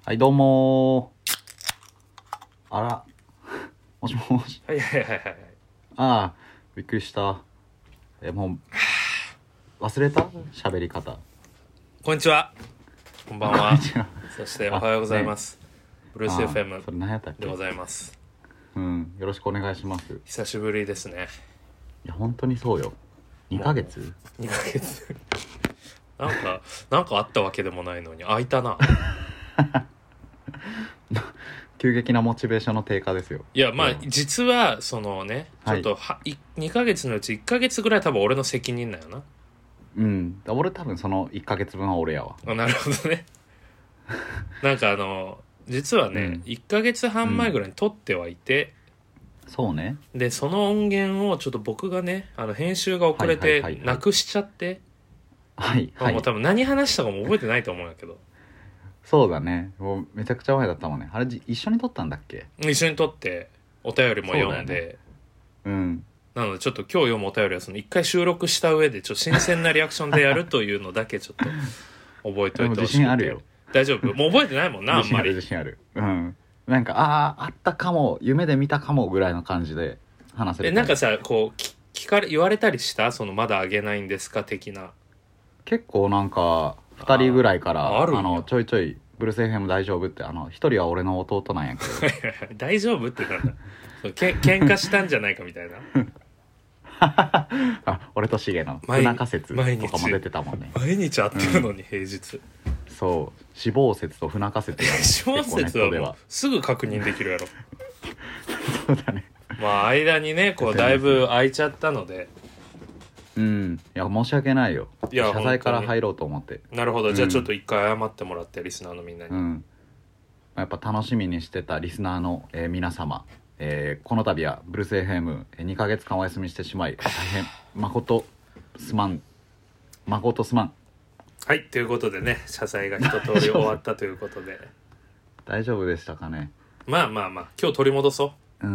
はい、どうもあら、もしもし。 はいはいはいはい。 ああ、びっくりした。もう、忘れた喋り方。 こんにちは。こんばんこんはにちは。 そしておはようございます。ブルースそれ FM 何やったっけでございます。 うん、よろしくお願いします。い久しぶりですね。 や、本当にそうよ。2ヶ月 2ヶ月なんかあったわけでもないのに空いたな。 急激なモチベーションの低下ですよ。 いやまあ実はそのね、ちょっと2ヶ月のうち1ヶ月ぐらい多分俺の責任だよな。 うん、俺多分その1ヶ月分は俺やわ。 あ、なるほどね。なんか実はね、1ヶ月半前ぐらいに撮ってはいて、 そうね。 でその音源をちょっと僕がね編集が遅れてなくしちゃって、 はいはい。 もう多分何話したかも覚えてないと思うんやけど、 そうだね。もうめちゃくちゃ前だったもんね。あれ一緒に撮ったんだっけ？ 一緒に撮ってお便りも読んで、 うん。 なのでちょっと今日読むお便りはその一回収録した上でちょっと新鮮なリアクションでやるというのだけちょっと覚えておいてほしくて。 自信あるよ。 大丈夫？もう覚えてないもんな。あんまり自信ある。うん。なんかあったかも、夢で見たかもぐらいの感じで話せる。 なんかさ、こう言われたりした？そのまだあげないんですか的な。 結構なんか2人ぐらいからちょいちょいブルース FM 大丈夫って1人は俺の弟なんやけど大丈夫ってなんだ。喧嘩したんじゃないかみたいな。 俺とシゲの不仲説とかも出てたもんね。 毎日会ってるのに、平日。 そう死亡説と不仲説が、ね、 死亡説はもうすぐ確認できるやろ。 そうだね。 まあ間にねこうだいぶ空いちゃったので、 いや申し訳ないよ。 いや謝罪から入ろうと思って。 なるほど、じゃあちょっと一回謝ってもらって、リスナーのみんなに。 やっぱ楽しみにしてたリスナーの、皆様、この度はブルース FM2 ヶ月間お休みしてしまい大変誠すまん。 はい、ということでね、謝罪が一通り終わったということで大丈夫でしたかね。 まあ今日取り戻そう、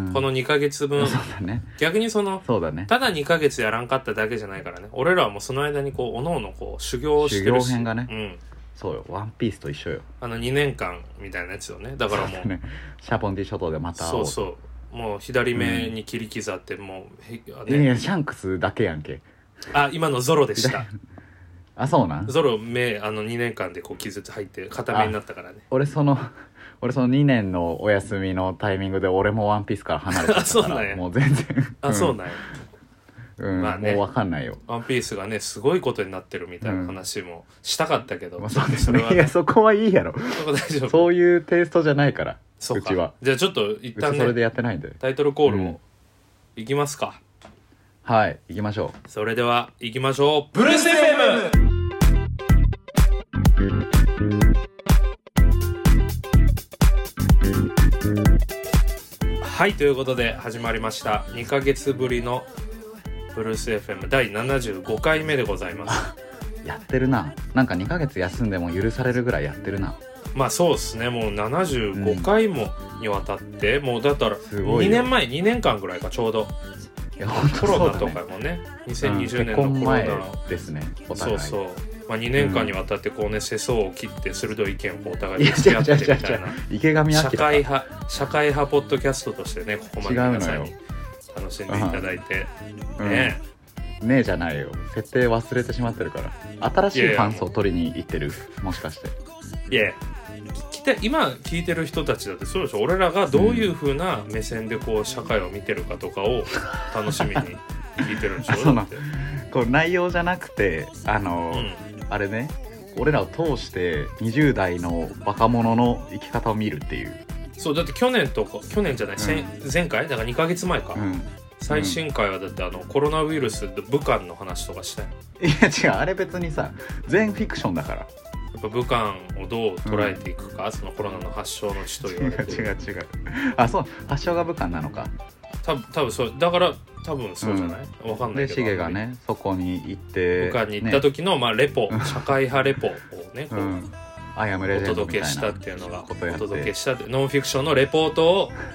この2ヶ月分。 そうだね。 逆にそうだね、ただ2ヶ月やらんかっただけじゃないからね。俺らはもうその間にこうおのおのこう修行をしてるし、 修行編がね、そうよ、ワンピースと一緒よ。 2年間みたいなやつよね。だからもう、 ね、シャボンディ諸島でまた会おう。 そうもう左目に切り刻ってもう、 いやシャンクスだけやんけ。 今のゾロでしたあ、そうなん。 ゾロ目2年間でこう傷入って片目になったからね。 俺その2年のお休みのタイミングで俺もワンピースから離れてたからそうなんや。 もう全然そうなんや。 まあね、もう分かんないよ。 ワンピースがねすごいことになってるみたいな話もしたかったけど、 そうですね。いやそこはいいやろ。 そこ大丈夫。 そういうテイストじゃないから。 そうか。 うちは。 じゃあちょっと一旦ね、 それでやってないんで。 タイトルコールをいきますか。 はい、行きましょう。 それでは行きましょう。ブルース FM。はい、ということで始まりました2ヶ月ぶりのブルース FM 第75回目でございます。 やってるな。なんか2ヶ月休んでも許されるぐらいやってるな。 まあそうですね。もう75回もにわたって、もうだったら2年間ぐらいかちょうど。 いやコロナとかもね、2020年のコロナのですね。 そうそう。まあ2年間にわたってこうね、世相を切って鋭い意見をお互いに付き合ってみたいな池上彰社会派ポッドキャストとしてね、ここまで皆さんに楽しんでいただいてねえじゃないよ。設定忘れてしまってるから。新しいファン層を取りに行ってる。もしかして。 いや今聞いてる人たちだってそうでしょ。俺らがどういう風な目線でこう社会を見てるかとかを楽しみに聞いてるんでしょ。 そのこう内容じゃなくてあれね、俺らを通して20代の若者の生き方を見るっていう。 そうだって去年じゃない、前回だから2ヶ月前か、最新回はだってコロナウイルスで武漢の話とかしたよ。 いや違う、あれ別にさ全フィクションだから。 やっぱ武漢をどう捉えていくか、そのコロナの発祥の地と言われてる。 違うあ、そう、発祥が武漢なのか。 多分そうだから多分そうじゃない、わかんないけど。 でシゲがねそこに行って武漢に行った時の、まあレポ社会派レポをねこう、 アイアムレジェンドみたいなお届けしたっていうのがお届けしたノンフィクションのレポートを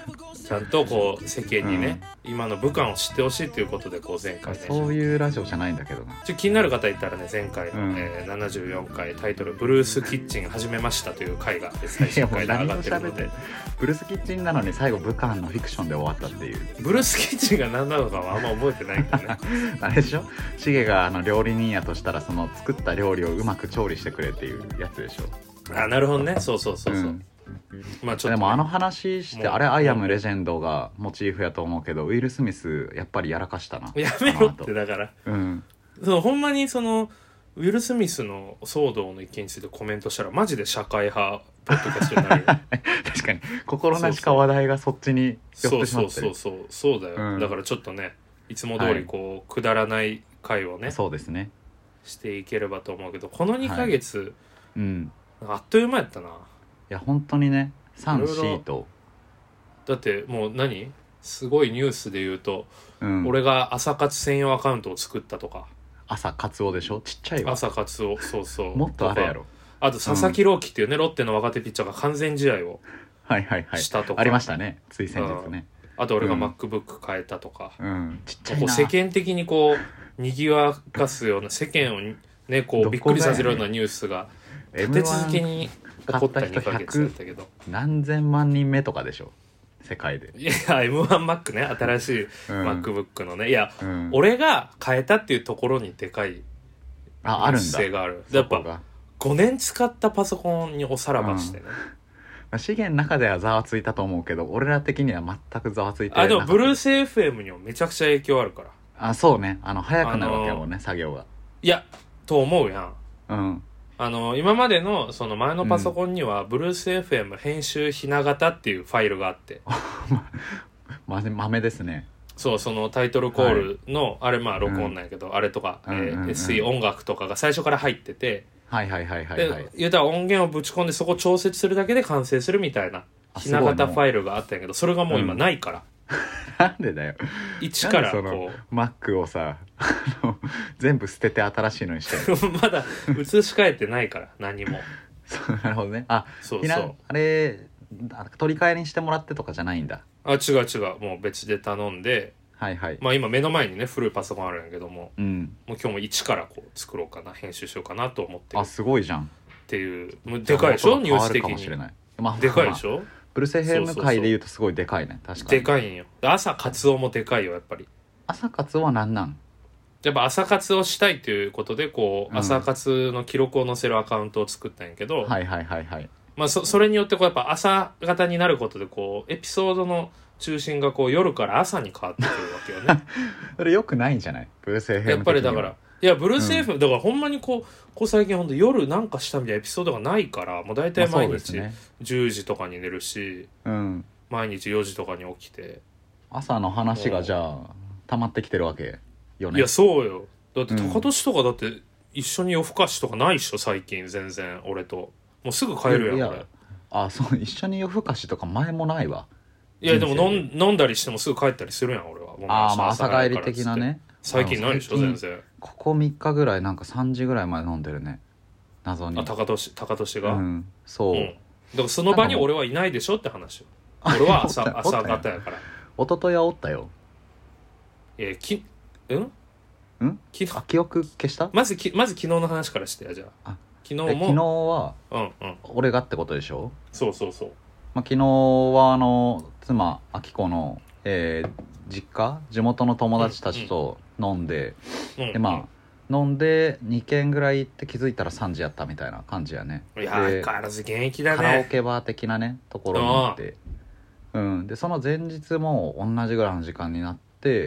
ちゃんとこう世間にね、今の武漢を知ってほしいということでこう前回ね、 そういうラジオじゃないんだけどな。 気になる方いたらね、前回の、74回タイトルブルースキッチン始めましたという回が最新回で上がってるので、 ブルースキッチンなのに最後武漢のフィクションで終わったっていう。 ブルースキッチンが何なのかはあんま覚えてないけどねあれでしょ、シゲが料理人やとしたらその作った料理をうまく調理してくれっていうやつでしょ。 あ、なるほどね、そうそうそうそう、まあちょっと、ね、 でもあの話してあれアイアムレジェンドがモチーフやと思うけど、ウィル・スミスやっぱりやらかしたな。 やめろってだから、そのほんまにそのウィル・スミスの騒動の意見についてコメントしたらマジで社会派ポッドキャストになるよ確かに心なしか話題がそっちに寄ってしまってる。 そうだよ、だからちょっとねいつも通りこう、くだらない回をね、 そうですね、 していければと思うけど、この2ヶ月、あっという間やったな。いや本当にね、3シートだってもうすごいニュースで言うと、俺が朝活専用アカウントを作ったとか。 朝活をでしょ、ちっちゃいわ。 朝活を、そうそうもっとあれやろ。 あと佐々木朗希っていうね、ロッテの若手ピッチャーが完全試合をしたとか、 ありましたね、つい先日ね。 あと俺が MacBook 変えたとか、 ちっちゃいな。 世間的にこう賑わかすような、世間をねこうびっくりさせるようなニュースが立て続けに起こった2ヶ月だったけど、 何千万人目とかでしょ世界で。 いや M1Mac ね、新しい MacBook のね、いや、俺が変えたっていうところにでかいあるんだ性がある。やっぱ5年使ったパソコンにおさらばしてね、 資源の中ではざわついたと思うけど、俺ら的には全くざわついてなかった。 でもブルース FM にもめちゃくちゃ影響あるから。 そうね、早くなるわけやもんね、作業が。 いやと思うやん。今までのその前のパソコンには、ブルース FM 編集ひな形っていうファイルがあって豆ですね。 そう、そのタイトルコールの、あれまあ録音なんやけど、あれとか、SE 音楽とかが最初から入ってて、で言うたら音源をぶち込んでそこ調節するだけで完成するみたいなひな形ファイルがあったんやけど、それがもう今ないから、 なんでだよ。 一からこう Mac をさ全部捨てて新しいのにしてるまだ移し替えてないから何もなるほどね。 そうあれ取り替えにしてもらってとかじゃないんだ。 違う、もう別で頼んで、まあ今目の前にね古いパソコンあるんやけども、もう今日も一からこう作ろうかな、編集しようかなと思ってる。 すごいじゃんっていう。でかいでしょ、ニュース的に。でかいでしょ。 ブルセヘム界で言うとすごいでかいね。確かにでかいんよ。朝活をもでかいよ、やっぱり。 朝活は何なん？ やっぱ朝活をしたいということでこう、朝活の記録を載せるアカウントを作ったんやけど、まあそれによってこうやっぱ朝型になることでこうエピソードの中心がこう夜から朝に変わってくるわけよねそれよくないんじゃない？ブルース FM 的には。 やっぱりだから、いやブルース FM、だからほんまにこう最近ほんと夜なんかしたみたいなエピソードがないから、もう大体毎日10時とかに寝るし、毎日4時とかに起きて、 朝の話がじゃあ溜まってきてるわけよね。 いやそうよ。だって高年とかだって一緒に夜更かしとかないっしょ最近。全然俺ともうすぐ帰るやん俺。 そう、一緒に夜更かしとか前もないわ。 いやでも飲んだりしてもすぐ帰ったりするやん俺は。 朝帰り的なね。 最近ないでしょ全然。 ここ3日ぐらいなんか3時ぐらいまで飲んでるね、謎に。高年が、 そう、 だからその場に俺はいないでしょって話。俺は朝方やから。 一昨日はおったよ。記憶消した？ まず昨日の話からしてや。じゃあ昨日は俺がってことでしょ。 そう、 昨日は妻あきこの、実家地元の友達たちと飲んで、飲んで2軒ぐらい行って気づいたら3時やったみたいな感じやね。 いや相変わらず現役だね。 カラオケバー的なねところに行って、でその前日も同じぐらいの時間になって、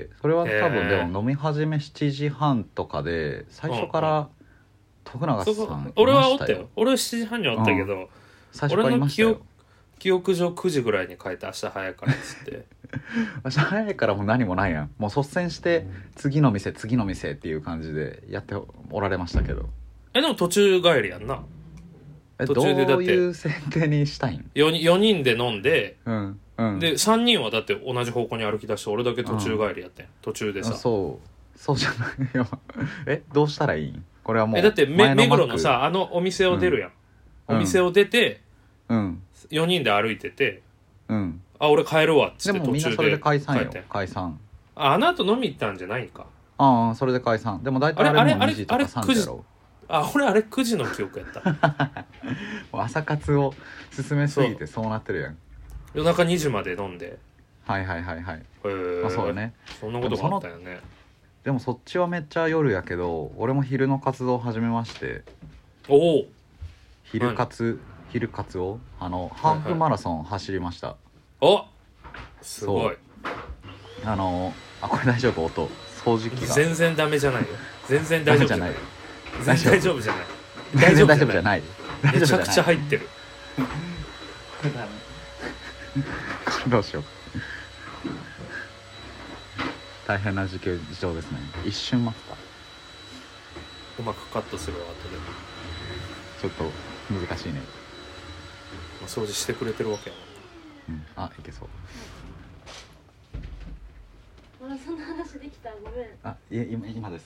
それは多分でも飲み始め7時半とかで、最初から徳永さんいましたよ。 俺はおったよ。俺は7時半におったけど、 最初からいましたよ。 記憶上9時ぐらいに帰って明日早いからっつって明日早いからもう何もないやん。もう率先して次の店っていう感じでやっておられましたけど。 でも途中帰りやんな。途中でだってどういう設定にしたいん ？4人で飲んで、で3人はだって同じ方向に歩き出して、俺だけ途中帰りやってん、途中でさ。 そうじゃないよどうしたらいいんこれはもう。 だって目黒のさお店を出るやん、お店を出て、4人で歩いてて、 俺帰るわっつってでもみんなそれで解散よ。 途中で解散。 あの後飲み行ったんじゃないんか。 ああ、それで解散。でも大体あれも2時とか3時やろ。 俺あれ9時の記憶やった朝活を進めすぎてそうなってるやん。 夜中2時まで飲んで。 はいはいはいはい。まあそうだね。 そんなことがあったよね。 でもそっちはめっちゃ夜やけど、俺も昼の活動を始めまして。 おお。 昼活をハーフマラソン走りました。 お、すごい。 これ大丈夫？音掃除機が全然ダメじゃないよ。全然大丈夫じゃない。全然大丈夫じゃない。 大丈夫じゃない。 めちゃくちゃ入ってる。 どうしよう。大変な事情ですね。一瞬待った。 うまくカットするわ後で。 ちょっと難しいね。 掃除してくれてるわけやもんな。あ、いけそう。 そんな話できた。ごめん。 今です。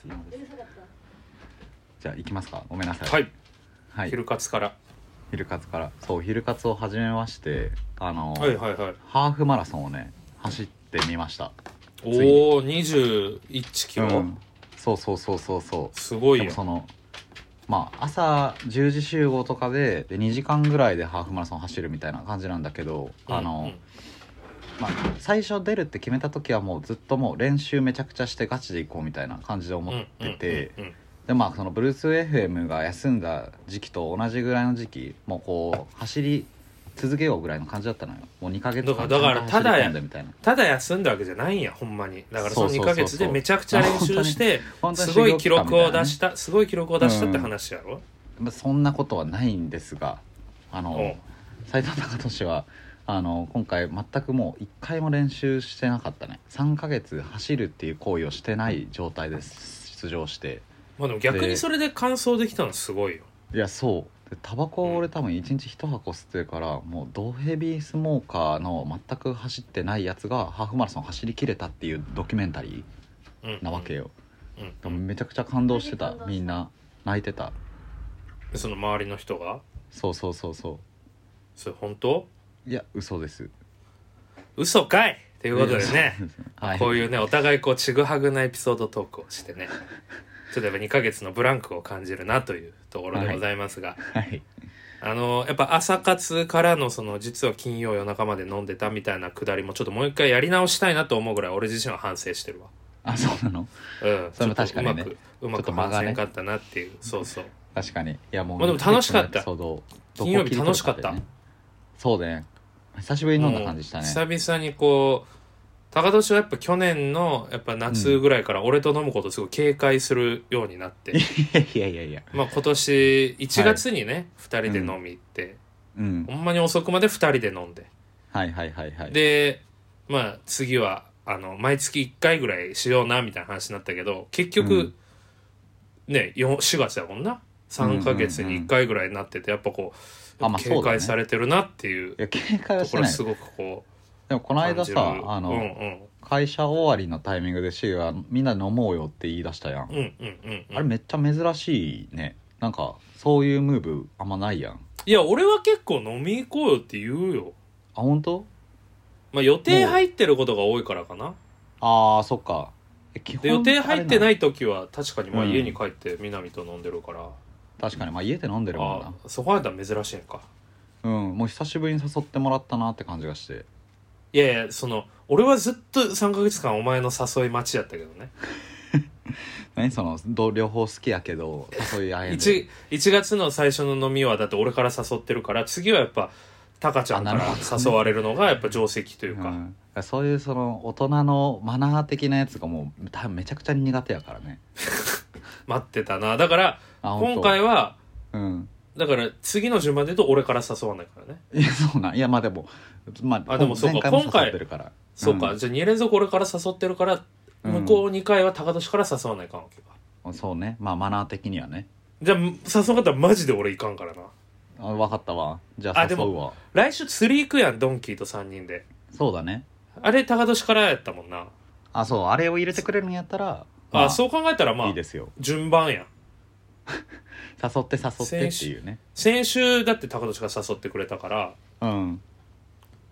じゃあ行きますか。ごめんなさい。 はい。はい。昼活から。 そう、昼活を始めまして、 はいはいはい。 ハーフマラソンをね走ってみました。 おお、21キロ。 そう。 すごいよ。 朝10時集合とかで2時間ぐらいでハーフマラソン走るみたいな感じなんだけど、最初出るって決めた時はもうずっともう練習めちゃくちゃしてガチで行こうみたいな感じで思ってて、でそのブルース FM が休んだ時期と同じぐらいの時期もうこう走り続けようぐらいの感じだったのよ。もう2ヶ月間だからただ休んだわけじゃないんや、ほんまに。だからその2ヶ月でめちゃくちゃ練習してすごい記録を出したって話やろ。 そんなことはないんですが、斉藤隆俊は今回全くもう1回も練習してなかったね。3ヶ月走るっていう行為をしてない状態で出場して、 でも逆にそれで完走できたのすごいよ。 いやそうで、タバコを俺多分1日1箱吸ってるから、もうドヘビースモーカーの全く走ってないやつがハーフマラソン走り切れたっていうドキュメンタリーなわけよ。めちゃくちゃ感動してた。みんな泣いてた。 その周りの人が。 そうそれ本当？ いや嘘です。 嘘かいということでね、はい、こういうねお互いこうちぐはぐなエピソードトークをしてねちょっとやっぱ2ヶ月のブランクを感じるなというところでございますが、やっぱ朝活からのその実は金曜夜中まで飲んでたみたいなくだりもちょっともう一回やり直したいなと思うぐらい俺自身は反省してるわ。 あ、そうなの？それも確かにね、 うまく反省んかったなっていう。そう確かに。いやもう、 でも楽しかった。金曜日楽しかった。 そうね、久しぶりに飲んだ感じしたね。 久々にこう高年はやっぱ去年のやっぱ夏ぐらいから俺と飲むことすごい警戒するようになって、 いや今年1月にね、2人で飲み行って、ほんまに遅くまで2人で飲んで、で次は毎月1回ぐらいしようなみたいな話になったけど、結局、ね4月だもんな。3ヶ月に1回ぐらいになってて、やっぱこう警戒されてるなっていうところすごくこう。 でもこの間さ会社終わりのタイミングでシーはみんなで飲もうよって言い出したやん。あれめっちゃ珍しいね。なんかそういうムーブあんまないやん。 いや俺は結構飲み行こうよって言うよ。 あ、本当？ 予定入ってることが多いからかな。 あーそっか。 で予定入ってない時は確かに家に帰って南と飲んでるから、 確かに家で飲んでるもんな。 そこは珍しいんか。 もう久しぶりに誘ってもらったなって感じがして。 いや俺はずっと3ヶ月間お前の誘い待ちやったけどね何両方好きやけど誘い合えんで 1月の最初の飲みはだって俺から誘ってるから、次はやっぱタカちゃんから誘われるのがやっぱ定石というか、 そういう大人のマナー的なやつがもう多分めちゃくちゃ苦手やからね待ってたな。だから今回はだから次の順番で言うと俺から誘わないからね。 いやそうなん。いやでもでもそうか、今回そうか、じゃあ2連続俺から誘ってるから、向こう2回は高年から誘わないかんわけか。 そうね、マナー的にはね。 じゃあ誘わなかったらマジで俺行かんからな。 分かったわ。じゃあ誘うわ。でも来週釣り行くやん、ドンキーと3人で。 そうだね。 あれ高年からやったもんな。 そう、あれを入れてくれるんやったらそう考えたらいいですよ。 順番やん誘ってっていうね。 先週だって高年が誘ってくれたから、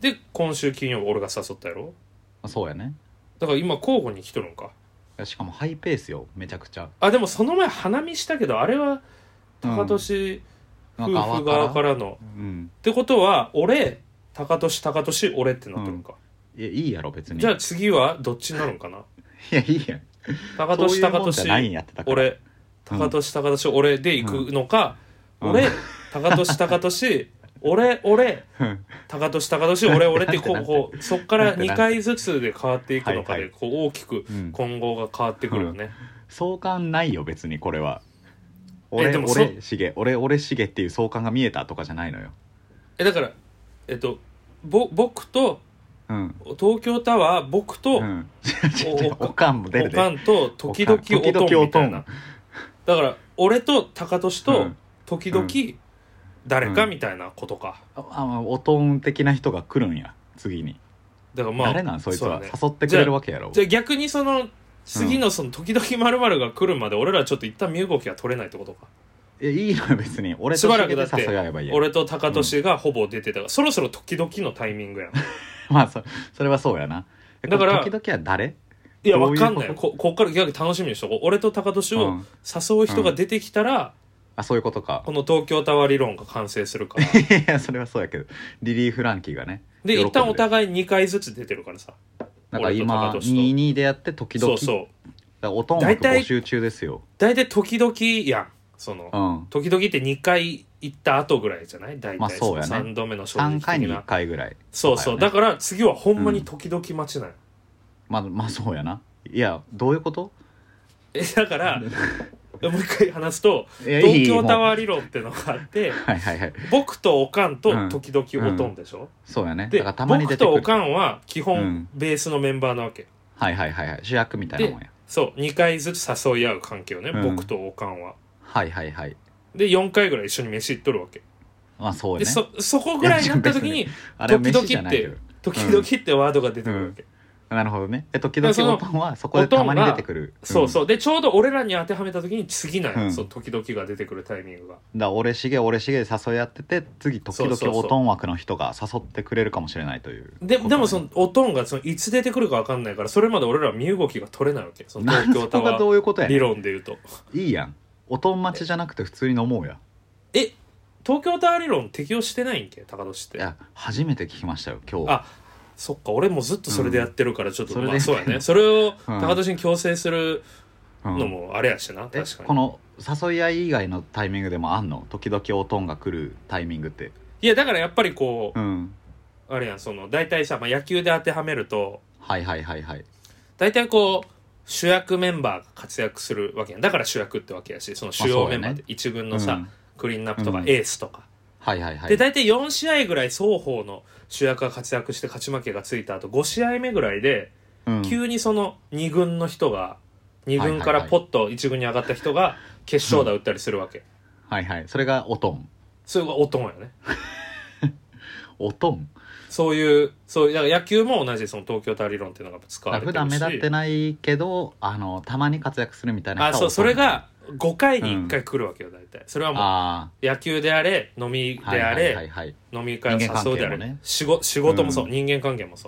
で今週金曜日俺が誘ったやろ。 そうやね。 だから今交互に来とるんか。 しかもハイペースよ、めちゃくちゃ。 あでもその前花見したけどあれは高俊夫婦側からの、ってことは俺高俊俺ってなってるんか。 いやいいやろ別に。 じゃあ次はどっちになるんかな。 いやいいやん。 高俊俺高俊俺で行くのか、俺高俊俺高俊俺ってこうそっから2回ずつで変わっていくのかでこう大きく今後が変わってくるよね。 相関ないよ別にこれは。俺しげっていう相関が見えたとかじゃないのよ。 だから僕と東京タワー僕とおかんも出るで。 おかんと時々おとんみたいな。だから俺と高俊と時々誰かみたいなことか。 おとん的な人が来るんや次に。 だからまあ誰なんそいつは、誘ってくれるわけやろ。 じゃあ逆にその次のその時々〇〇が来るまで俺らちょっと一旦身動きが取れないってことか。 いいのよ別に。俺としばらくだって俺と高俊がほぼ出てたから、そろそろ時々のタイミングやん。 まあそれはそうやな。 だから時々は誰？ いや分かんないよ。こっから逆に楽しみにしとこう。俺と高俊を誘う人が出てきたら、 そういうことか。 この東京タワー理論が完成するから。 いやそれはそうやけど、リリー・フランキーがね。 で一旦お互い2回ずつ出てるからさ。 なんか今22でやって時々。そうおとん枠募集中ですよ。 大体時々やん。その、時々って2回行った後ぐらいじゃない？大体まあそうやね。 3度目の正直的な。 3回に1回ぐらい、 そうだから次はほんまに時々待ちなんよ。 まあそうやな。いやどういうこと？ だからもう一回話すと東京タワー理論ってのがあって僕とおかんと時々おとんでしょ。 そうやね。 で僕とおかんは基本ベースのメンバーなわけ。 主役みたいなもんや。 そう2回ずつ誘い合う関係をね、僕とおかんは。で4回ぐらい一緒に飯行っとるわけ。 そうね。 でそこぐらいになった時に時々ってワードが出てくるわけ。 なるほどね。時々おとんはそこでたまに出てくる。 そうでちょうど俺らに当てはめた時に次なんよ、その時々が出てくるタイミングが。 俺しげで誘い合ってて、次時々おとん枠の人が誘ってくれるかもしれないという。 でもそのおとんがいつ出てくるか分かんないから、それまで俺らは身動きが取れないわけ。その東京タワー理論で言うといいやん。おとん待ちじゃなくて普通に飲もうや。 東京タワー理論適用してないんけ高俊って。 いや初めて聞きましたよ今日。 そっか、俺もずっとそれでやってるからちょっと、まあそうやね。それを高俊に強制するのもあれやしな、確かに。 この誘い合い以外のタイミングでもあんの？時々おとんが来るタイミングって。 いやだからやっぱりこう、あれやん、その大体さ、野球で当てはめると大体こう主役メンバーが活躍するわけやん。だから主役ってわけやし、その主要メンバーで一軍のさ、クリーンナップとかエースとかで大体4試合ぐらい双方の主役が活躍して勝ち負けがついた後5試合目ぐらいで、急にその2軍の人が2軍からポッと1軍に上がった人が決勝打打ったりするわけ。 それがおとん。 それがおとんやね。 おとん。 そういうだから野球も同じその東京タワー理論っていうのが使われてるし、 普段目立ってないけどたまに活躍するみたいな人はそれが5回に1回来るわけよ大体。それはもう野球であれ飲みであれ飲み会を誘うであれ、ね、仕事もそう、人間関係もそう。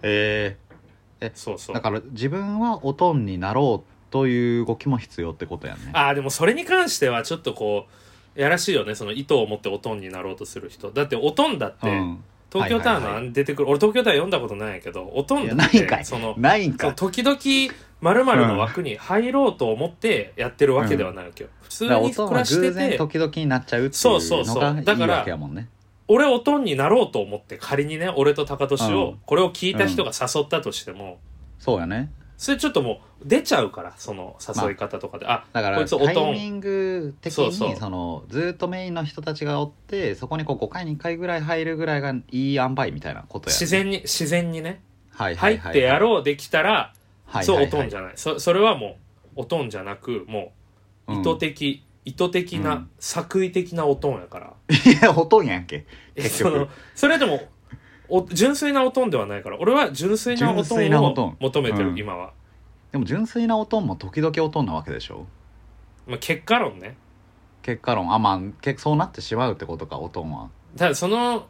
そうだから自分はおとんになろうという動きも必要ってことやね。 でもそれに関してはちょっとこうやらしいよね、その意図を持っておとんになろうとする人。だっておとんだって、東京タワーの出てくる、俺東京タワー読んだことないんやけど、おとんだってその時々〇〇の枠に入ろうと思ってやってるわけではないわけよ。普通に暮らしてて、偶然時々になっちゃうっていうのがいいわけやもんね。 俺おとんになろうと思って仮にね、俺と高俊をこれを聞いた人が誘ったとしても、 そうやね。 それちょっともう出ちゃうから、その誘い方とかで、 だからこいつタイミング的にそのずっとメインの人たちがおって、そこにこう5回に1回ぐらい入るぐらいがいい塩梅みたいなことや、ね、 自然にね、入ってやろうできたら、そうおとんじゃない。それはもうおとんじゃなく、もう意図的な、作為的なおとんやから。 いやおとんやんけ結局。 それでも純粋なおとんではないから、俺は純粋なおとんを求めてる、今は。 でも純粋なおとんも時々おとんなわけでしょ。 結果論ね。 結果論そうなってしまうってことか、おとんは。 ただその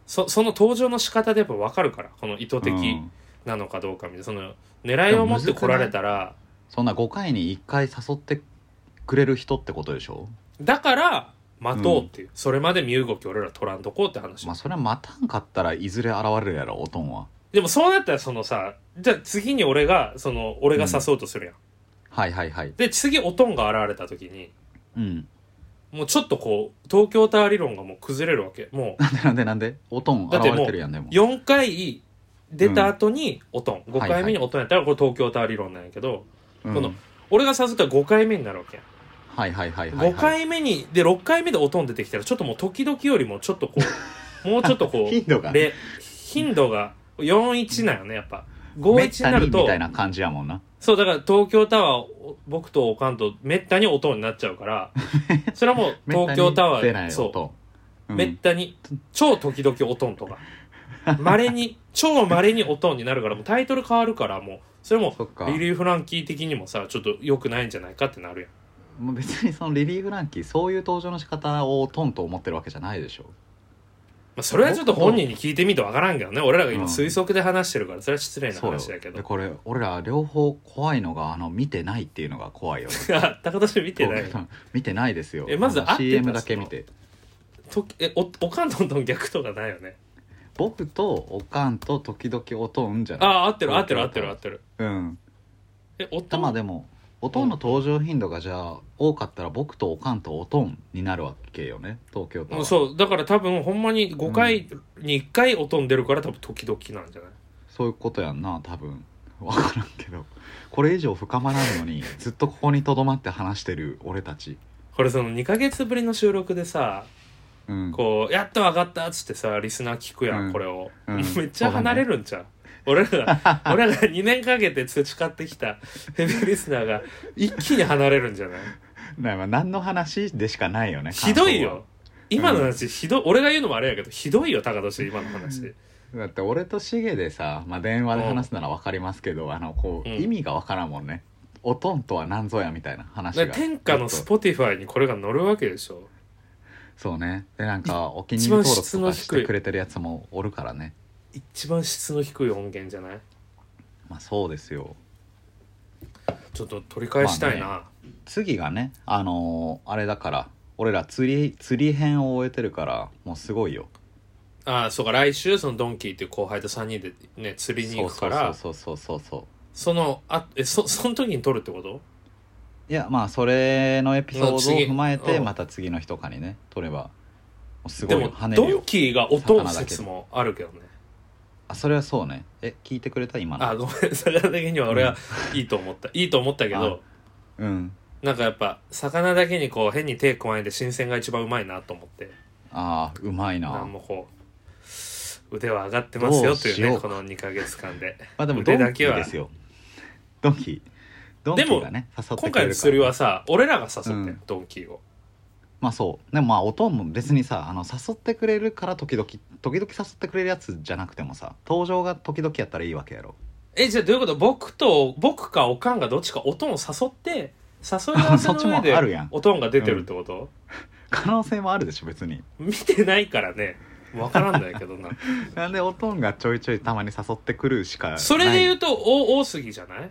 その登場の仕方でやっぱ分かるから、この意図的なのかどうかみたいな、その狙いを持って来られたら、 そんな5回に1回誘ってくれる人ってことでしょ。 だから待とうっていう、それまで身動き俺ら取らんとこうって話。 まあそれは待たんかったらいずれ現れるやろ、おとんは。 でもそうなったらそのさ、じゃあ次に俺が誘おうとするやん、 はいはいはい。 で次おとんが現れた時に、もうちょっとこう東京タワー理論がもう崩れるわけ。もうなんでおとん現れてるやん。でも 4回出た後におとん、5回目におとんやったらこれ東京タワー理論なんやけど、この俺が誘ったら5回目になるわけやん。 はいはいはいはい、5回目にで6回目でおとん出てきたらちょっともう時々よりもちょっとこうもうちょっとこう頻度が41なんよね、やっぱ51になるとみたいな感じやもんな。 そうだから東京タワー僕とおかんとめったにおとんになっちゃうからそれはもう東京タワーそうめったに超時々おとんとか稀に超稀におとんになるから、もうタイトル変わるから、もうそれもリリー・フランキー的にもさちょっと良くないんじゃないかってなるやん。 もう別にそのリリー・フランキーそういう登場の仕方をトンと思ってるわけじゃないでしょ。 まあ、それはちょっと本人に聞いてみてわからんけどね、俺らが今推測で話してるからそれは失礼な話だけど。 でこれ俺ら両方怖いのが見てないっていうのが怖いよ。 高田氏見てない見てないですよ。 まず会ってた CM だけ見ておかんとん逆とかないよね。 僕とおかんと時々おとんじゃない。 合ってるうんおとんまあでもおとんの登場頻度がじゃあ多かったら僕とおかんとおとんになるわけよね、東京都は。 そうだから多分ほんまに5回に1回おとん出るから多分時々なんじゃない。 そういうことやんな多分。分からんけどこれ以上深まらんのにずっとここにとどまって話してる俺たち。 これその2ヶ月ぶりの収録でさ、こうやっと分かったっつってさリスナー聞くやん、これを、めっちゃ離れるんちゃう、俺らが2年かけて培ってきたヘビーリスナーが一気に離れるんじゃない。 何の話でしかないよね。 ひどいよ今の話、ひどい。俺が言うのもあれやけどひどいよ高年今の話。 だって俺とシゲでさ、電話で話すなら分かりますけど、意味が分からんもんね。おとんとは何ぞやみたいな話が。 天下の Spotify にこれが載るわけでしょ。 そうね。でお気に入り登録とかしてくれてるやつもおるからね。 一番質の低い音源じゃない。 まあそうですよ。 ちょっと取り返したいな、 次がねあれだから俺ら釣り編を終えてるからもうすごいよ。 ああそうか、来週そのドンキーっていう後輩と3人でね釣りに行くから、 そうその時に撮るってこと。 いやまあそれのエピソードを踏まえてまた次の日とかにね撮ればすごいよ。跳ねるよ。 ドンキーがおとん説もあるけどね。 それはそうね。聞いてくれた今の。 ごめん、魚だけには俺はいいと思った、いいと思ったけど、なんかやっぱ魚だけにこう変に手加えて新鮮が一番うまいなと思って。 うまいな。 なんもこう腕は上がってますよというね、この2ヶ月間で。 でもドンキーですよ。ドンキーがね誘ってくれるから。 今回の釣りはさ俺らが誘ってん、ドンキーを。 まあそうでもおとんも別にさ誘ってくれるから時々誘ってくれるやつじゃなくてもさ登場が時々やったらいいわけやろ。 じゃあどういうこと。僕かおかんがどっちかおとんを誘って誘い合わせの上でおとんが出てるってこと、 可能性もあるでしょ別に。 見てないからね分からんだけどななんでおとんがちょいちょいたまに誘ってくるしかない。 それで言うと大杉じゃない。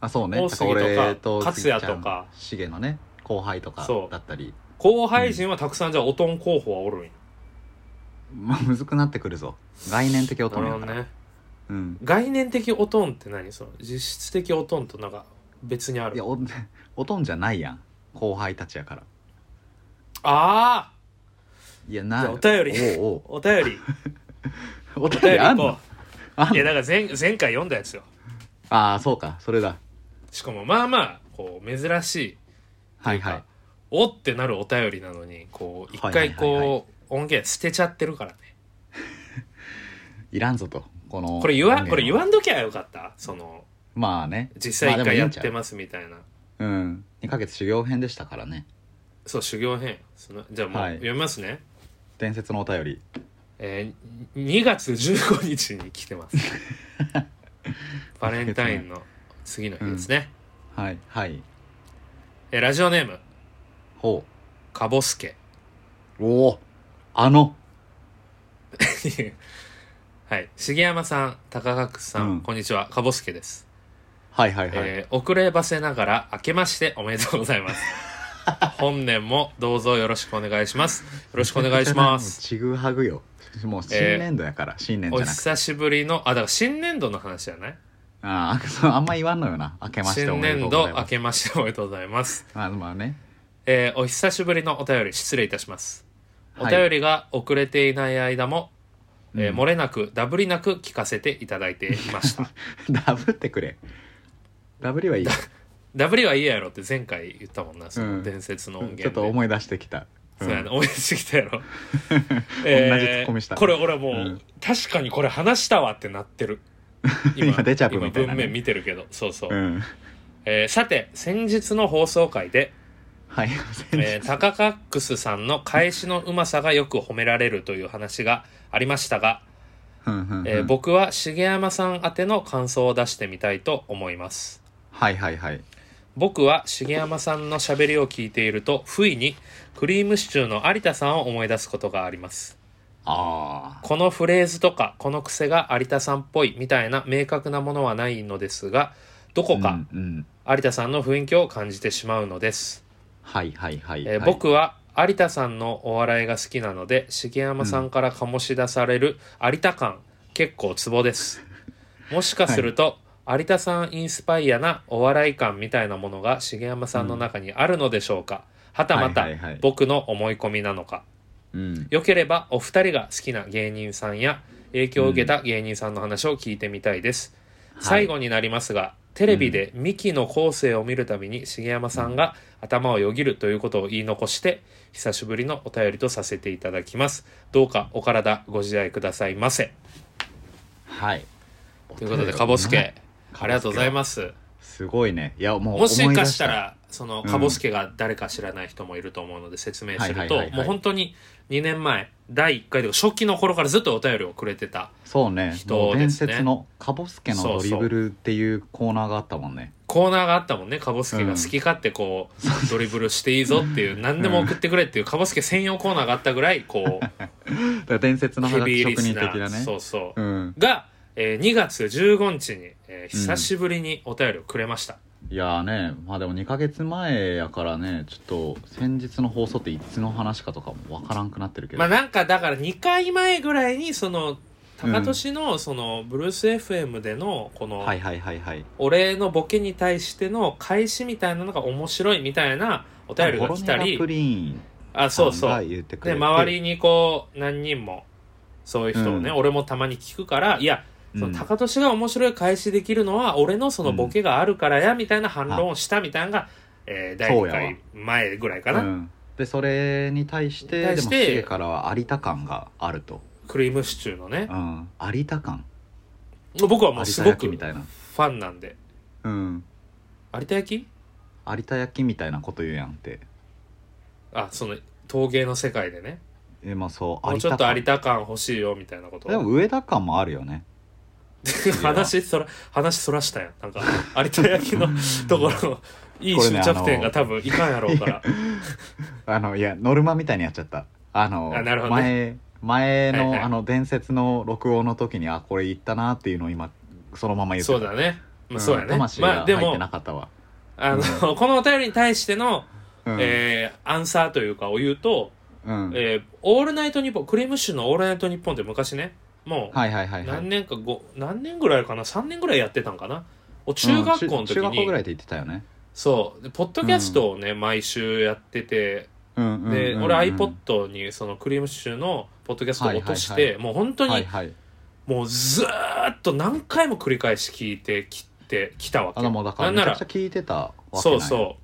そうね。 大杉とか勝也とかシゲのね後輩とかだったり。 後輩陣はたくさんじゃあおとん候補はおるんや。 むずくなってくるぞ。概念的おとんやから。 概念的おとんって何。その実質的おとんとなんか別にある。 いやおとんじゃないやん後輩たちやから。いやな。 お便りお便りあんの。 いやだから前回読んだやつよ。 そうかそれだ。 しかもまあこう珍しい。おってなるお便りなのにこう一回こう音源捨てちゃってるからね。 いらんぞとこれ言わんどきゃよかった。そのまあね実際一回やってますみたいな。 2ヶ月修行編でしたからね。 そう修行編。じゃあもう読みますね。 伝説のお便り。 2月15日に来てますバレンタインの次の日ですね。ラジオネームかぼすけ。 いはい、重山さん、高垣さん、こんにちは、かぼすけです。 はいはいはい。 遅ればせながら明けましておめでとうございます。本年もどうぞよろしくお願いします。よろしくお願いします。 ちぐはぐよ。もう新年度やから、新年じゃなくて。 お久しぶりの、だから新年度の話じゃない？ そう、あんま言わんのよな。明けましておめでとうございます。 新年度明けましておめでとうございます。 まあね。 お久しぶりのお便り失礼いたします。お便りが遅れていない間も、漏れなくダブりなく聞かせていただいていました。 ダブってくれ。ダブりはいい。 ダブりはいいやろって前回言ったもんな、その伝説の音源で、 ちょっと思い出してきた。 そうやね、思い出してきたやろ。 同じツッコミした。 これ俺もう、確かにこれ話したわってなってる。 今出ちゃうみたいな、 文面見てるけど、そうそう。さて、先日の放送回で、タカカックスさんの返しのうまさがよく褒められるという話がありましたが、僕は重山さん宛ての感想を出してみたいと思います。 はいはいはい。 僕は重山さんのしゃべりを聞いていると不意にクリームシチューの有田さんを思い出すことがあります。このフレーズとかこの癖が有田さんっぽいみたいな明確なものはないのですが、どこか有田さんの雰囲気を感じてしまうのです。 はいはいはい、 僕は有田さんのお笑いが好きなので、重山さんから醸し出される有田感、結構ツボです。もしかすると、有田さんインスパイアなお笑い感みたいなものが重山さんの中にあるのでしょうか。はたまた僕の思い込みなのか。よければお二人が好きな芸人さんや影響を受けた芸人さんの話を聞いてみたいです。最後になりますが、テレビでミキの構成を見るたびに重山さんが頭をよぎるということを言い残して、久しぶりのお便りとさせていただきます。どうかお体ご自愛くださいませ。 はい。 ということで、かぼすけ、ありがとうございます。 すごいね。いや、もうもしかしたらそのかぼすけが誰か知らない人もいると思うので説明すると、もう本当に2年前第1回で初期の頃からずっとお便りをくれてた人ですね。 伝説のかぼすけのドリブルっていうコーナーがあったもんね。 コーナーがあったもんね。かぼすけが好き勝手こう、ドリブルしていいぞっていう何でも送ってくれっていうかぼすけ専用コーナーがあったぐらいこう伝説の職人的なね。 そうそう、が、2月15日に、久しぶりにお便りをくれました。 いやーね、まあでも2ヶ月前やからね、ちょっと先日の放送っていつの話かとかもわからんくなってるけど、 まあなんかだから2回前ぐらいにその高俊のそのブルース FM でのこの俺のボケに対しての返しみたいなのが面白いみたいなお便りが来たり、そうそうで周りにこう何人もそういう人をね、俺もたまに聞くから、いやその高俊が面白い返しできるのは俺のそのボケがあるからやみたいな反論をしたみたいなのが、第2回前ぐらいかな、 でそれに対してでもシゲからは有田感があると。 クリームシチューのね、 有田感、 僕はもうすごくファンなんで。有田焼き有田焼きみたいなこと言うやんって。 その陶芸の世界でね、 まあそうもうちょっと有田感欲しいよみたいなこと。 でも上田感もあるよね。 話そらしたやん。なんか有田焼きのところいい終着点が多分いかんやろうからいやノルマみたいにやっちゃった。 なるほどね、 前の、伝説の録音の時にこれ言ったなっていうのを今そのまま言ってた。 そうだね、そうやね。 魂が入ってなかったわ。 このお便りに対しての、アンサーというかを言うと、オールナイトニッポン、クリームシチューのオールナイトニッポンって昔ね、もう何年か何年ぐらいかな、3年ぐらいやってたんかな。中学校の時に、 中学校ぐらいで言ってたよね。 そうでポッドキャストをね、毎週やってて、で俺 iPod にそのクリームシチューのポッドキャストを落として、もう本当に、もうずーっと何回も繰り返し聞いてきたわけ。 もうだからめちゃくちゃ聞いてたわけ。 そうそう、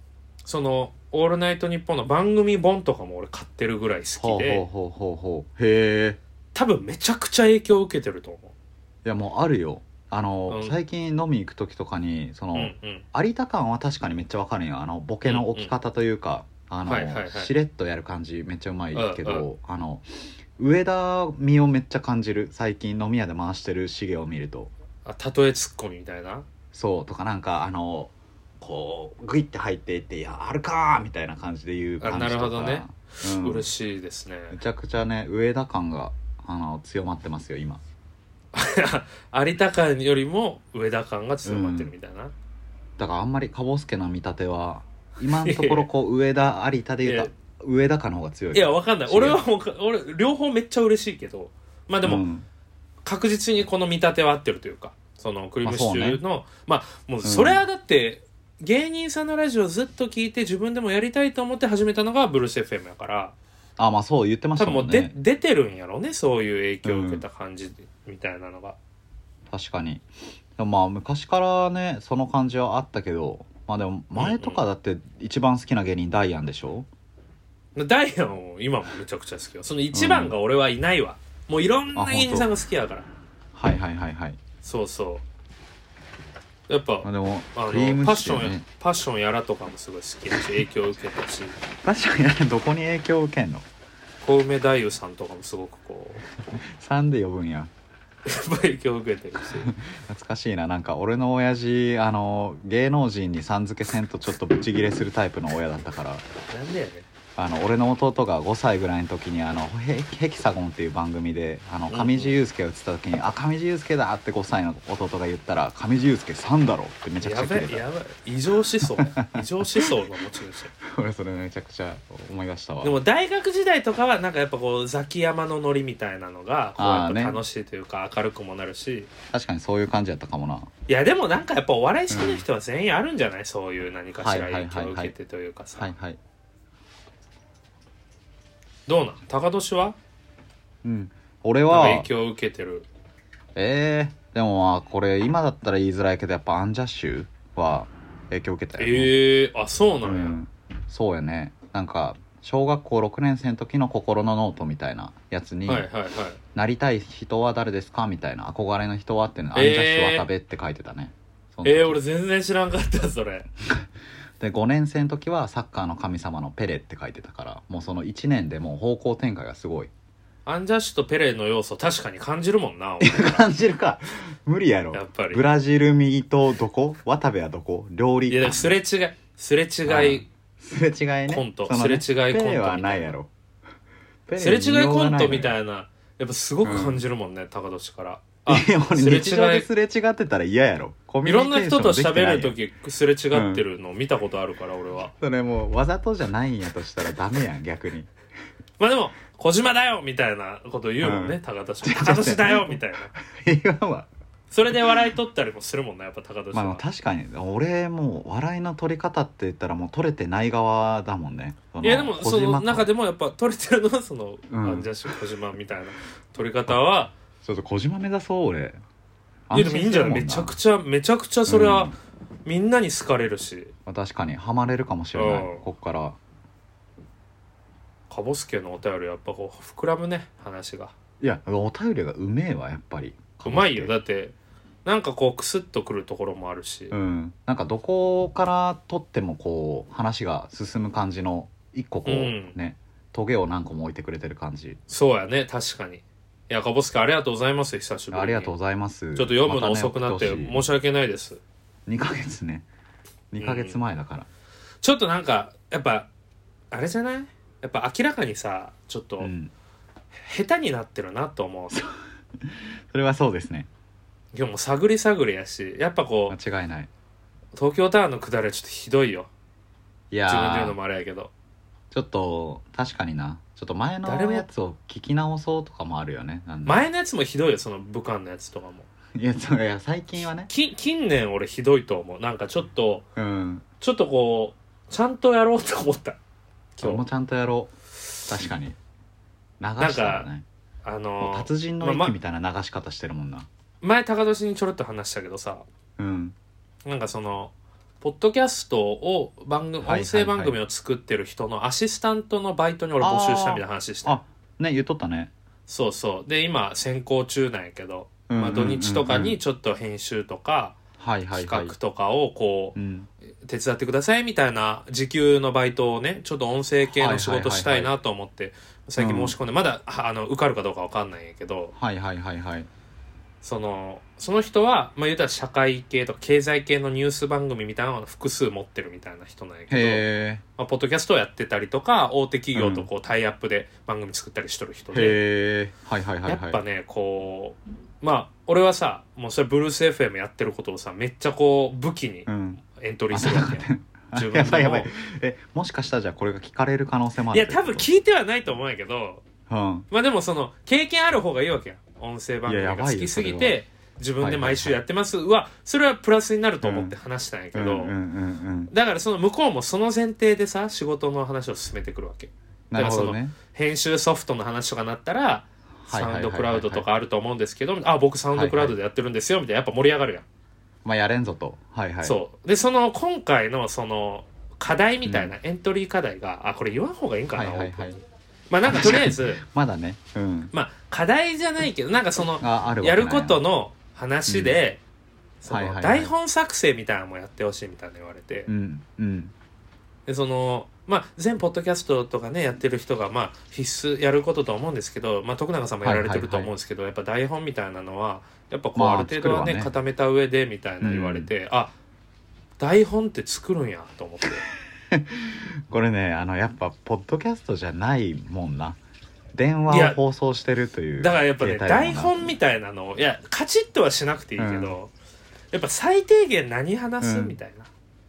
そのオールナイトニッポンの番組本とかも俺買ってるぐらい好きで、 へえ、 多分めちゃくちゃ影響を受けてると思う。 いやもうあるよ。最近飲み行く時とかにその、有田感は確かにめっちゃわかるよ。ボケの置き方というか、しれっとやる感じめっちゃうまいけど、上田味をめっちゃ感じる。最近飲み屋で回してるシゲを見ると、 例えツッコミみたいな、 そうとかなんかこうグイって入っていって、いやあるかーみたいな感じで言う感じとか。 なるほどね、嬉しいですね。 めちゃくちゃね上田感が強まってますよ今。 有田感よりも上田感が強まってるみたいな、 だからあんまりかぼすけの見立ては今のところこう上田有田で言うと上田感の方が強い。 いやわかんない、俺両方めっちゃ嬉しいけど、まあでも、確実にこの見立ては合ってるというか、そのクリームシチューのまあもうそれはだって芸人さんのラジオずっと聞いて自分でもやりたいと思って始めたのがブルース FM やから、 まあそう言ってましたもんね。 多分もう出てるんやろうね、そういう影響を受けた感じみたいなのが。 確かに。でもまあ昔からねその感じはあったけど、まあでも前とかだって一番好きな芸人ダイアンでしょ。 ダイアンを今もめちゃくちゃ好きよ。その一番が俺はいないわ、もういろんな芸人さんが好きやから。 はいはいはいはい。 そうそうやっぱ、 でもクリームシチュー、ね、パッションやらとかもすごい好きだし影響を受けたし。 パッションやらどこに影響を受けんの？ 小梅太夫さんとかもすごくこうさんで呼ぶんや。 影響を受けてるし懐かしいな。なんか俺の親父芸能人にさん付けせんとちょっとブチギレするタイプの親だったから。 なんでやねん。 俺の弟が5歳ぐらいの時にヘキサゴンっていう番組で上地雄介が映った時に「上地雄介だ!」って5歳の弟が言ったら「上地雄介さんだろ!」ってめちゃくちゃキレた。 やばい異常思想の持ち主。 俺それめちゃくちゃ思い出したわ。 でも大学時代とかはなんかやっぱこうザキヤマのノリみたいなのがこうやっぱ楽しいというか明るくもなるし、 確かにそういう感じやったかもな。 いやでもなんかやっぱお笑い好きな人は全員あるんじゃない、そういう何かしら影響を受けてというかさ。 はいはい。 どうなん高年は？ 俺は影響を受けてる。 でもまあこれ今だったら言いづらいけどやっぱアンジャッシュは影響を受けたよね。 あそうなんや、 そうやね。なんか小学校6年生の時の心のノートみたいなやつに、なりたい人は誰ですかみたいな、憧れの人はってアンジャッシュ渡部って書いてたね。 俺全然知らんかったそれ。 で5年生の時はサッカーの神様のペレって書いてたから、もうその1年でもう方向転換がすごい。 アンジャッシュとペレの要素確かに感じるもんな。 感じるか。無理やろやっぱり。 ブラジル右とどこ、渡部はどこ、料理。 いやすれ違いね。 すれ違いコント、 すれ違いコント。ペレはないやろ。すれ違いコントみたいなやっぱすごく感じるもんね、高年から。 いや俺日常ですれ違ってたら嫌やろ。 いろんな人と喋るときすれ違ってるのを見たことあるから、俺は。 それもうわざとじゃないんやとしたらダメやん逆に。 まあでも小島だよみたいなこと言うもんね、高年だよみたいな。 言わんわ。 それで笑い取ったりもするもんね、やっぱ高年は。 まあ確かに俺もう笑いの取り方って言ったらもう取れてない側だもんね。 いやでもその中でもやっぱ取れてるのはその、アンジャッシュ小島みたいな取り方はちょっと小島目指そう俺。 いやでもいいんじゃない。めちゃくちゃそれは、みんなに好かれるし、 確かにハマれるかもしれない、こっから。 かぼすけのお便りやっぱこう膨らむね話が。 いやお便りがうめえわやっぱり。 うまいよ。だってなんかこうクスッとくるところもあるし、 なんかどこから取ってもこう話が進む感じの一個こう、ねトゲを何個も置いてくれてる感じ。 そうやね確かに。いやかぼすけありがとうございます。久しぶりに。 ありがとうございます。ちょっと読むの遅くなって申し訳ないです。 2ヶ月ね。2ヶ月前だから、 ちょっとなんかやっぱあれじゃない、やっぱ明らかにさちょっと、下手になってるなと思う。 それはそうですね。 今日も探り探りやし、やっぱこう間違いない。 東京タワーの下りはちょっとひどいよ。 いや自分で言うのもあれやけど、 ちょっと確かにな。ちょっと前のやつを聞き直そうとかもあるよね。 前のやつもひどいよ、その武漢のやつとかも。 いやそれや最近はね、 近年俺ひどいと思う。なんかちょっと、ちょっとこうちゃんとやろうと思った。 今日もちゃんとやろう。確かに流したらね、達人の息みたいな流し方してるもんな。 前高年にちょろっと話したけどさ、なんかそのポッドキャストを音声番組を作ってる人のアシスタントのバイトに俺募集したみたいな話して。 ね言っとったね。そうそう。で今選考中なんやけど、土日とかにちょっと編集とか企画とかをこう、手伝ってくださいみたいな時給のバイトをね、ちょっと音声系の仕事したいなと思って最近申し込んで、まだ受かるかどうか分かんないんやけど、 その人は、まあ、言うたら社会系とか経済系のニュース番組みたいなのを複数持ってるみたいな人なんやけど、まあ、ポッドキャストをやってたりとか大手企業とこうタイアップで番組作ったりしとる人で、やっぱねこうまあ俺はさもうそれブルース FM やってることをさめっちゃこう武器にエントリーするわけ、自分でもやばいもしかしたらじゃあこれが聞かれる可能性もある。 いや多分聞いてはないと思うんやけど、まあでもその経験ある方がいいわけやん。音声番組が好きすぎて自分で毎週やってますはそれはプラスになると思って話したんやけど、だからその向こうもその前提でさ仕事の話を進めてくるわけ。だからその編集ソフトの話とかなったらサウンドクラウドとかあると思うんですけど、あ僕サウンドクラウドでやってるんですよみたいなやっぱ盛り上がるやん。 まあやれんぞと。 そうでその今回のその課題みたいなエントリー課題が、これ言わん方がいいんかな、まあなんかとりあえずまだね、 まあ課題じゃないけどなんかそのやることの話で、その台本作成みたいなのもやってほしいみたいな言われて、でそのまあ全ポッドキャストとかねやってる人がまあ必須やることと思うんですけど、まあ徳永さんもやられてると思うんですけど、やっぱ台本みたいなのはやっぱこうある程度はね固めた上でみたいな言われて、台本って作るんやと思ってこれねやっぱポッドキャストじゃないもんな、電話を放送してるという。 だからやっぱね台本みたいなのをいやカチッとはしなくていいけど、やっぱ最低限何話す、みたいな。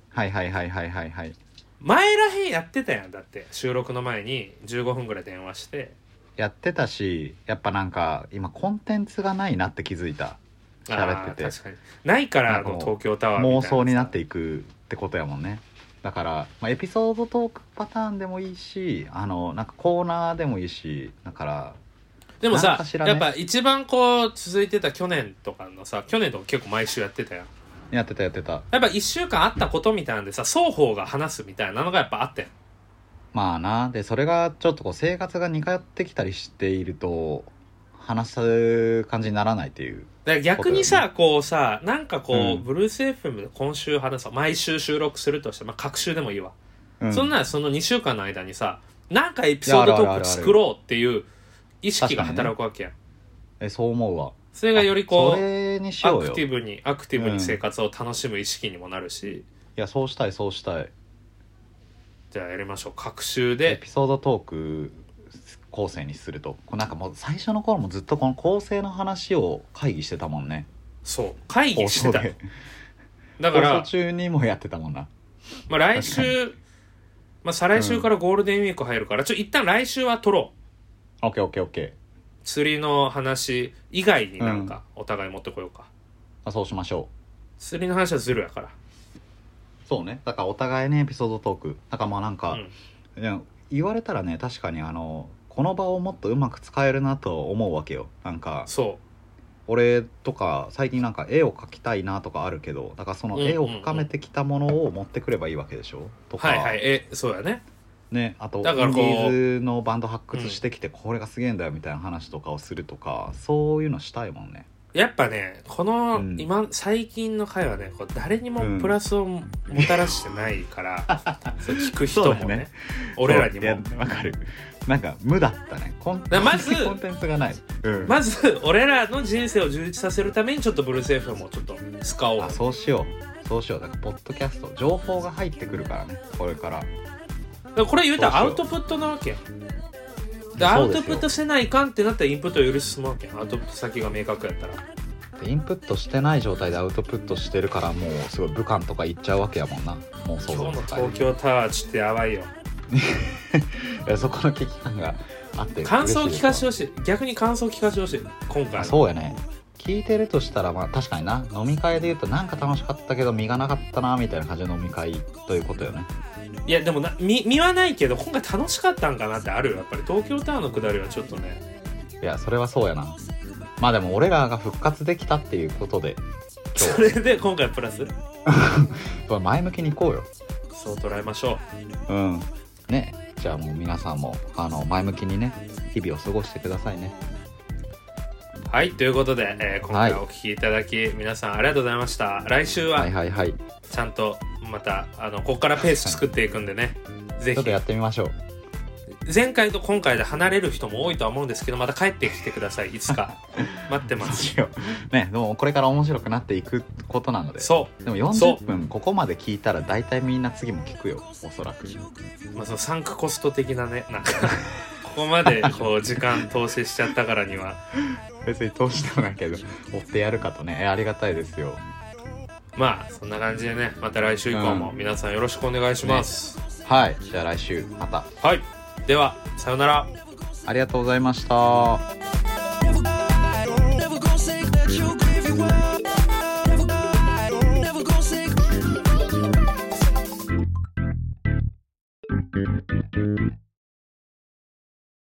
前らへんやってたやん。だって収録の前に15分ぐらい電話してやってたし、やっぱなんか今コンテンツがないなって気づいた。喋ってて確かにないから東京タワーみたいな妄想になっていくってことやもんね。だから、まあ、エピソードトークパターンでもいいしなんかコーナーでもいいし、だからでもさ、やっぱ一番こう続いてた去年とかのさ、去年とか結構毎週やってたやん。 やってた。やっぱ1週間あったことみたいなんでさ、双方が話すみたいなのがやっぱあったやん。 まあな。でそれがちょっとこう生活が似通ってきたりしていると話す感じにならないっていう、ね、 だから逆にさこうさなんかこう、ブルース FM で今週話す毎週収録するとして、まあ隔週でもいいわ、そんなその2週間の間にさなんかエピソードトーク作ろうっていう意識が働くわけやん、 ね、そう思うわ。 それがよりこうそれにしようよ。 アクティブに生活を楽しむ意識にもなるし、 いやそうしたい。 じゃあやりましょう。各週でエピソードトーク構成にすると、なんかもう最初の頃もずっとこの構成の話を会議してたもんね。 そう会議してた。だから放送中にもやってたもんな。 まあ来週再来週からゴールデンウィーク入るから、一旦来週は撮ろう。オッケー。 釣りの話以外になんかお互い持ってこようか。 そうしましょう。釣りの話はズルやから。 そうね。だからお互いねエピソードトーク。だからまあなんか、言われたらね確かにこの場をもっとうまく使えるなと思うわけよ。なんか俺とか最近なんか絵を描きたいなとかあるけど、だからその絵を深めてきたものを持ってくればいいわけでしょ、とかそうやね。 あとインディーズのバンド発掘してきてこれがすげえんだよみたいな話とかをするとか、そういうのしたいもんね。 やっぱねこの、最近の回はねこう誰にもプラスをもたらしてないから、そう聞く人もね俺らにもわかる。なんか無だったね。 まずコンテンツがない、 まず俺らの人生を充実させるためにちょっとブルース FM をちょっと使おう。 そうしよう。だからポッドキャスト情報が入ってくるからね、これから。 これ言うたらアウトプットなわけやん。でアウトプットせないかんってなったらインプットより進むわけやん。アウトプット先が明確やったら。 インプットしてない状態でアウトプットしてるからもうすごい武漢とか行っちゃうわけやもんな。もうそう今日の東京タワーちょっとやばいよ。 いやそこの危機感があって感想聞かせてほしい。逆に感想聞かせてほしい今回。 そうやね。聞いてるとしたらまあ確かにな、飲み会で言うとなんか楽しかったけど身がなかったなみたいな感じの飲み会ということよね。 いやでも身はないけど今回楽しかったんかなってあるよ。やっぱり東京タワーの下りはちょっとね。 いやそれはそうやな。まあでも俺らが復活できたっていうことでそれで今回プラス前向きにいこうよ。 そう捉えましょう。ね。じゃあもう皆さんも前向きにね日々を過ごしてくださいね。 はいということで、今回お聞きいただき、皆さんありがとうございました。来週はちゃんとまたここからペース作っていくんでねぜひちょっとやってみましょう。 前回と今回で離れる人も多いとは思うんですけど、また帰ってきてください、いつか待ってますね。でもこれから面白くなっていくことなので。 そうでも40分ここまで聞いたら大体みんな次も聞くよ、おそらく。 まあそのサンクコスト的なね、なんかここまでこう時間投資しちゃったからには別に投資でもないけど追ってやるかとね。ありがたいですよ。 まあそんな感じでね、また来週以降も皆さんよろしくお願いします、 ね、はい。じゃあ来週また。 はい、ではさよなら。 ありがとうございました。